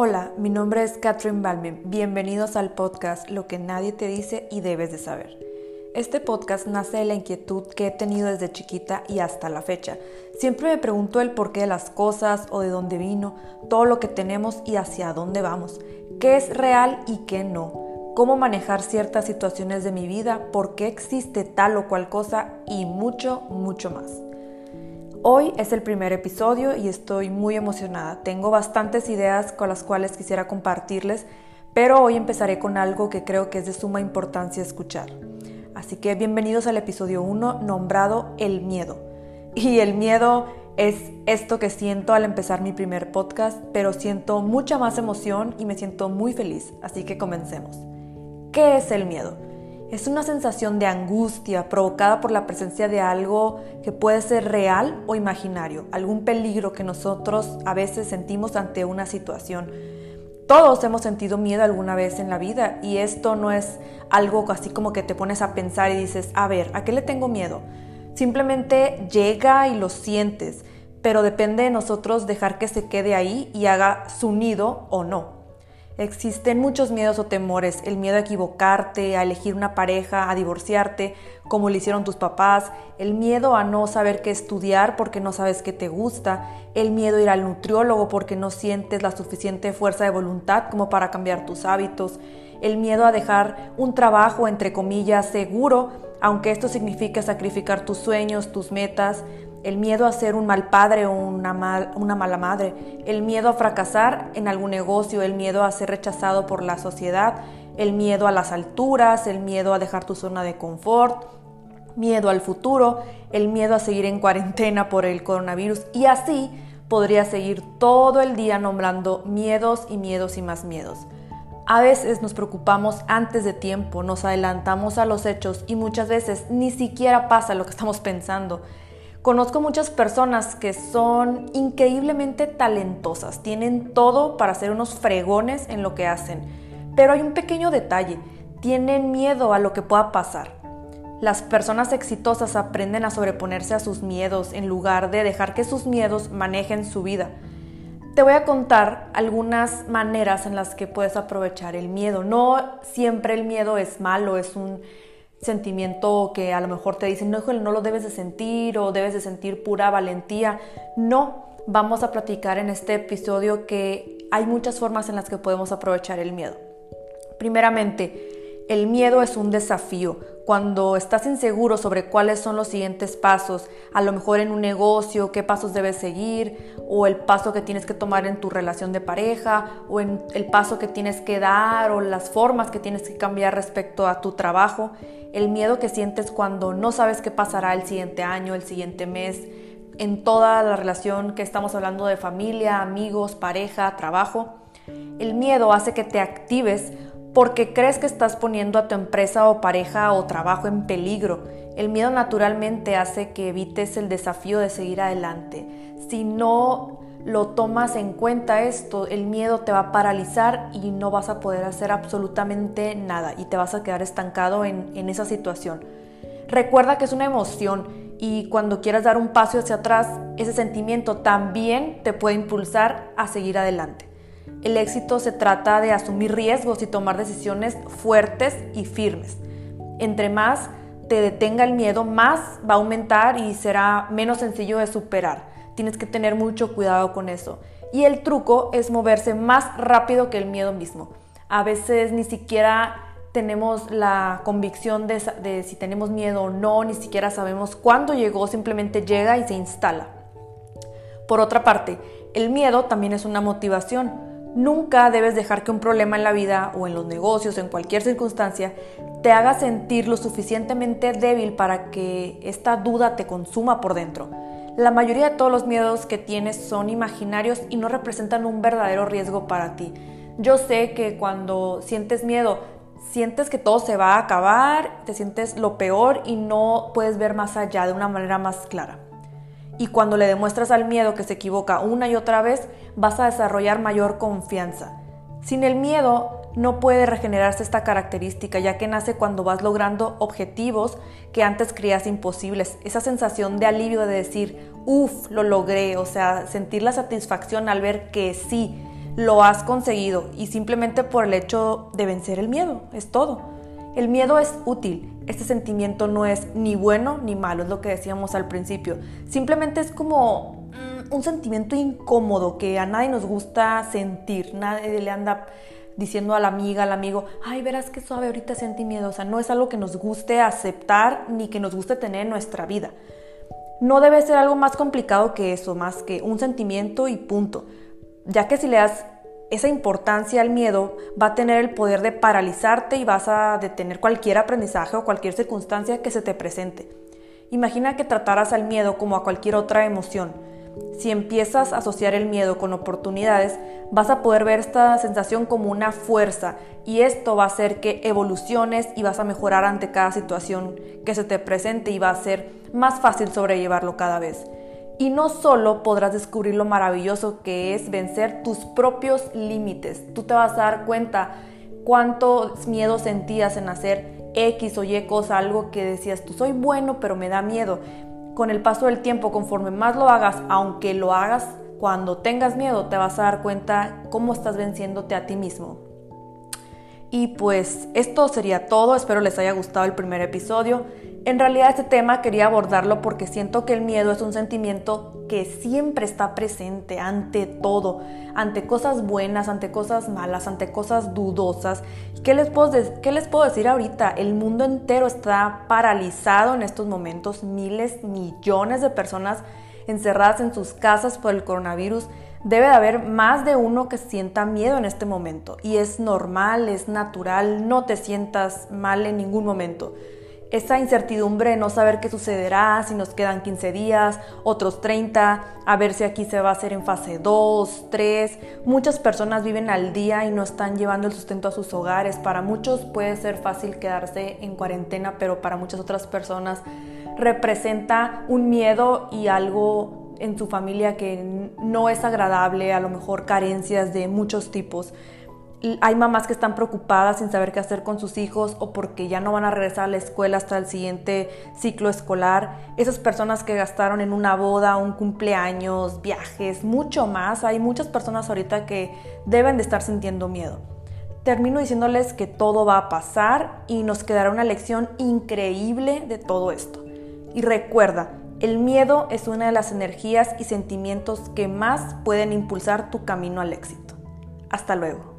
Hola, mi nombre es Catherine Balmen. Bienvenidos al podcast Lo que nadie te dice y debes de saber. Este podcast nace de la inquietud que he tenido desde chiquita y hasta la fecha. Siempre me pregunto el porqué de las cosas o de dónde vino, todo lo que tenemos y hacia dónde vamos. ¿Qué es real y qué no? ¿Cómo manejar ciertas situaciones de mi vida? ¿Por qué existe tal o cual cosa? Y mucho, mucho más. Hoy es el primer episodio y estoy muy emocionada. Tengo bastantes ideas con las cuales quisiera compartirles, pero hoy empezaré con algo que creo que es de suma importancia escuchar. Así que bienvenidos al episodio 1 nombrado El miedo. Y el miedo es esto que siento al empezar mi primer podcast, pero siento mucha más emoción y me siento muy feliz. Así que comencemos. ¿Qué es el miedo? Es una sensación de angustia provocada por la presencia de algo que puede ser real o imaginario, algún peligro que nosotros a veces sentimos ante una situación. Todos hemos sentido miedo alguna vez en la vida y esto no es algo así como que te pones a pensar y dices, a ver, ¿a qué le tengo miedo? Simplemente llega y lo sientes, pero depende de nosotros dejar que se quede ahí y haga su nido o no. Existen muchos miedos o temores, el miedo a equivocarte, a elegir una pareja, a divorciarte, como lo hicieron tus papás, el miedo a no saber qué estudiar porque no sabes qué te gusta, el miedo a ir al nutriólogo porque no sientes la suficiente fuerza de voluntad como para cambiar tus hábitos, el miedo a dejar un trabajo, entre comillas, seguro, aunque esto signifique sacrificar tus sueños, tus metas, el miedo a ser un mal padre o una mala madre, el miedo a fracasar en algún negocio, el miedo a ser rechazado por la sociedad, el miedo a las alturas, el miedo a dejar tu zona de confort, miedo al futuro, el miedo a seguir en cuarentena por el coronavirus y así podría seguir todo el día nombrando miedos y miedos y más miedos. A veces nos preocupamos antes de tiempo, nos adelantamos a los hechos y muchas veces ni siquiera pasa lo que estamos pensando. Conozco muchas personas que son increíblemente talentosas, tienen todo para ser unos fregones en lo que hacen, pero hay un pequeño detalle, tienen miedo a lo que pueda pasar. Las personas exitosas aprenden a sobreponerse a sus miedos en lugar de dejar que sus miedos manejen su vida. Te voy a contar algunas maneras en las que puedes aprovechar el miedo. No siempre el miedo es malo, es un sentimiento que a lo mejor te dicen, no, híjole, no lo debes de sentir o debes de sentir pura valentía. No, vamos a platicar en este episodio que hay muchas formas en las que podemos aprovechar el miedo. Primeramente, el miedo es un desafío. Cuando estás inseguro sobre cuáles son los siguientes pasos, a lo mejor en un negocio, qué pasos debes seguir, o el paso que tienes que tomar en tu relación de pareja, o en el paso que tienes que dar, o las formas que tienes que cambiar respecto a tu trabajo, el miedo que sientes cuando no sabes qué pasará el siguiente año, el siguiente mes, en toda la relación que estamos hablando de familia, amigos, pareja, trabajo. El miedo hace que te actives porque crees que estás poniendo a tu empresa o pareja o trabajo en peligro. El miedo naturalmente hace que evites el desafío de seguir adelante. Si no lo tomas en cuenta esto, el miedo te va a paralizar y no vas a poder hacer absolutamente nada y te vas a quedar estancado en esa situación. Recuerda que es una emoción y cuando quieras dar un paso hacia atrás, ese sentimiento también te puede impulsar a seguir adelante. El éxito se trata de asumir riesgos y tomar decisiones fuertes y firmes. Entre más te detenga el miedo, más va a aumentar y será menos sencillo de superar. Tienes que tener mucho cuidado con eso. Y el truco es moverse más rápido que el miedo mismo. A veces ni siquiera tenemos la convicción de si tenemos miedo o no, ni siquiera sabemos cuándo llegó, simplemente llega y se instala. Por otra parte, el miedo también es una motivación. Nunca debes dejar que un problema en la vida o en los negocios, en cualquier circunstancia, te haga sentir lo suficientemente débil para que esta duda te consuma por dentro. La mayoría de todos los miedos que tienes son imaginarios y no representan un verdadero riesgo para ti. Yo sé que cuando sientes miedo, sientes que todo se va a acabar, te sientes lo peor y no puedes ver más allá de una manera más clara. Y cuando le demuestras al miedo que se equivoca una y otra vez, vas a desarrollar mayor confianza. Sin el miedo no puede regenerarse esta característica, ya que nace cuando vas logrando objetivos que antes creías imposibles. Esa sensación de alivio de decir, lo logré, o sea, sentir la satisfacción al ver que sí, lo has conseguido y simplemente por el hecho de vencer el miedo, es todo. El miedo es útil, este sentimiento no es ni bueno ni malo, es lo que decíamos al principio. Simplemente es como un sentimiento incómodo que a nadie nos gusta sentir, nadie le anda diciendo a la amiga, al amigo, ay, verás qué suave, ahorita sentí miedo. O sea, no es algo que nos guste aceptar ni que nos guste tener en nuestra vida. No debe ser algo más complicado que eso, más que un sentimiento y punto. Ya que si le das esa importancia al miedo, va a tener el poder de paralizarte y vas a detener cualquier aprendizaje o cualquier circunstancia que se te presente. Imagina que trataras al miedo como a cualquier otra emoción. Si empiezas a asociar el miedo con oportunidades, vas a poder ver esta sensación como una fuerza y esto va a hacer que evoluciones y vas a mejorar ante cada situación que se te presente y va a ser más fácil sobrellevarlo cada vez. Y no solo podrás descubrir lo maravilloso que es vencer tus propios límites, tú te vas a dar cuenta cuántos miedos sentías en hacer X o Y cosa, algo que decías tú soy bueno pero me da miedo. Con el paso del tiempo, conforme más lo hagas, aunque lo hagas cuando tengas miedo, te vas a dar cuenta cómo estás venciéndote a ti mismo. Y pues esto sería todo, espero les haya gustado el primer episodio. En realidad este tema quería abordarlo porque siento que el miedo es un sentimiento que siempre está presente ante todo, ante cosas buenas, ante cosas malas, ante cosas dudosas. ¿Qué les puedo decir ahorita? El mundo entero está paralizado en estos momentos, miles, millones de personas encerradas en sus casas por el coronavirus. Debe de haber más de uno que sienta miedo en este momento y es normal, es natural, no te sientas mal en ningún momento. Esa incertidumbre de no saber qué sucederá, si nos quedan 15 días, otros 30, a ver si aquí se va a hacer en fase 2, 3. Muchas personas viven al día y no están llevando el sustento a sus hogares. Para muchos puede ser fácil quedarse en cuarentena, pero para muchas otras personas representa un miedo y algo en su familia que no es agradable, a lo mejor carencias de muchos tipos. Hay mamás que están preocupadas sin saber qué hacer con sus hijos o porque ya no van a regresar a la escuela hasta el siguiente ciclo escolar. Esas personas que gastaron en una boda, un cumpleaños, viajes, mucho más. Hay muchas personas ahorita que deben de estar sintiendo miedo. Termino diciéndoles que todo va a pasar y nos quedará una lección increíble de todo esto. Y recuerda, el miedo es una de las energías y sentimientos que más pueden impulsar tu camino al éxito. Hasta luego.